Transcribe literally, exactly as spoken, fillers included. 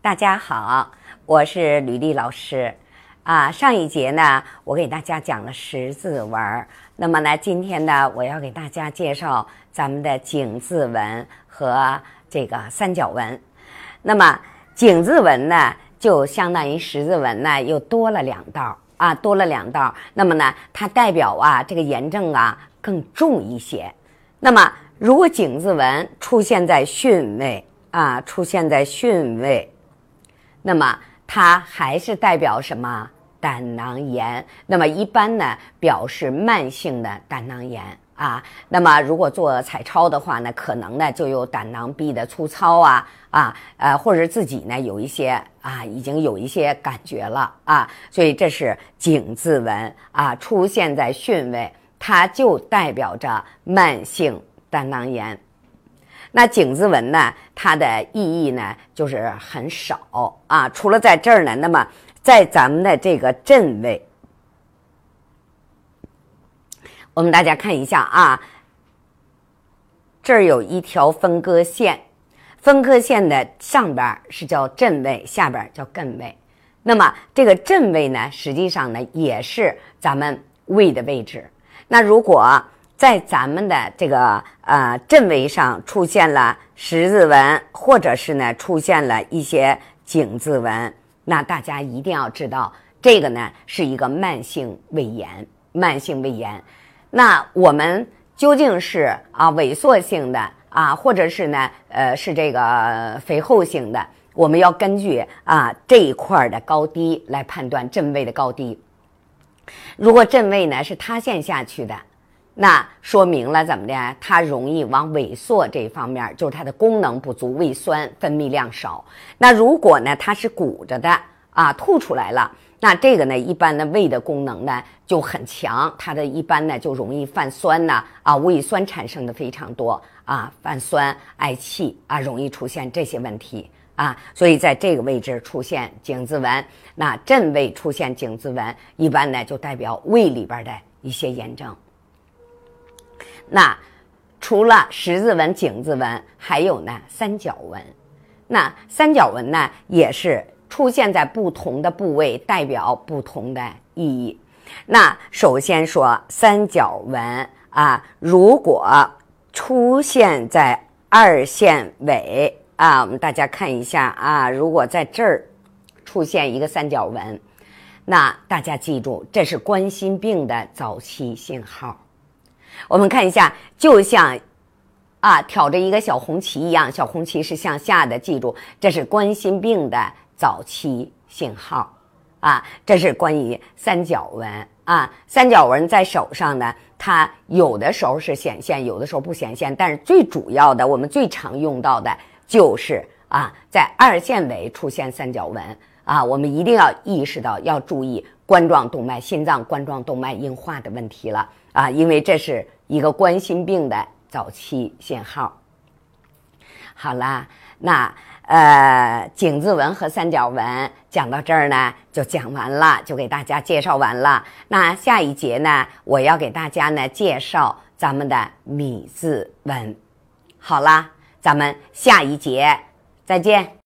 大家好，我是吕丽老师啊。上一节呢，我给大家讲了十字文，那么呢，今天呢，我要给大家介绍咱们的井字文和这个三角文。那么井字文呢，就相当于十字文呢，又多了两道啊，多了两道。那么呢，它代表啊，这个炎症啊更重一些。那么如果井字文出现在巽位啊，出现在巽位。那么它还是代表什么？胆囊炎。那么一般呢，表示慢性的胆囊炎啊。那么如果做彩超的话呢，可能呢就有胆囊壁的粗糙啊啊呃，或者自己呢有一些啊已经有一些感觉了啊。所以这是井字文啊，出现在巽位，它就代表着慢性胆囊炎。那井字文呢，它的意义呢就是很少啊，除了在这儿呢，那么在咱们的这个震位，我们大家看一下啊，这儿有一条分割线，分割线的上边是叫震位，下边叫艮位。那么这个震位呢，实际上呢也是咱们胃的位置。那如果在咱们的这个呃震位上出现了十字纹，或者是呢出现了一些井字纹，那大家一定要知道，这个呢是一个慢性胃炎，慢性胃炎。那我们究竟是啊萎缩性的啊，或者是呢呃是这个肥厚性的，我们要根据啊这一块的高低来判断震位的高低。如果震位呢是塌陷下去的，那说明了怎么的？它容易往萎缩这方面，就是它的功能不足，胃酸分泌量少。那如果呢，它是鼓着的啊，吐出来了，那这个呢，一般的胃的功能呢就很强，它的一般呢就容易泛酸呐啊，胃酸产生的非常多啊，泛酸、嗳气啊，容易出现这些问题啊。所以在这个位置出现井字纹，那震位出现井字纹，一般呢就代表胃里边的一些炎症。那除了十字纹、井字纹，还有呢三角纹。那三角纹呢，也是出现在不同的部位，代表不同的意义。那首先说三角纹啊，如果出现在二线尾啊，我们大家看一下啊，如果在这儿出现一个三角纹，那大家记住，这是冠心病的早期信号。我们看一下，就像啊挑着一个小红旗一样，小红旗是向下的，记住这是冠心病的早期信号啊。这是关于三角纹啊，三角纹在手上呢，它有的时候是显现，有的时候不显现，但是最主要的，我们最常用到的就是啊，在二线尾出现三角纹啊，我们一定要意识到，要注意冠状动脉、心脏冠状动脉硬化的问题了啊，因为这是一个冠心病的早期信号。好啦，那呃井字纹和三角纹讲到这儿呢，就讲完了，就给大家介绍完了。那下一节呢，我要给大家呢介绍咱们的米字纹。好啦，咱们下一节再见。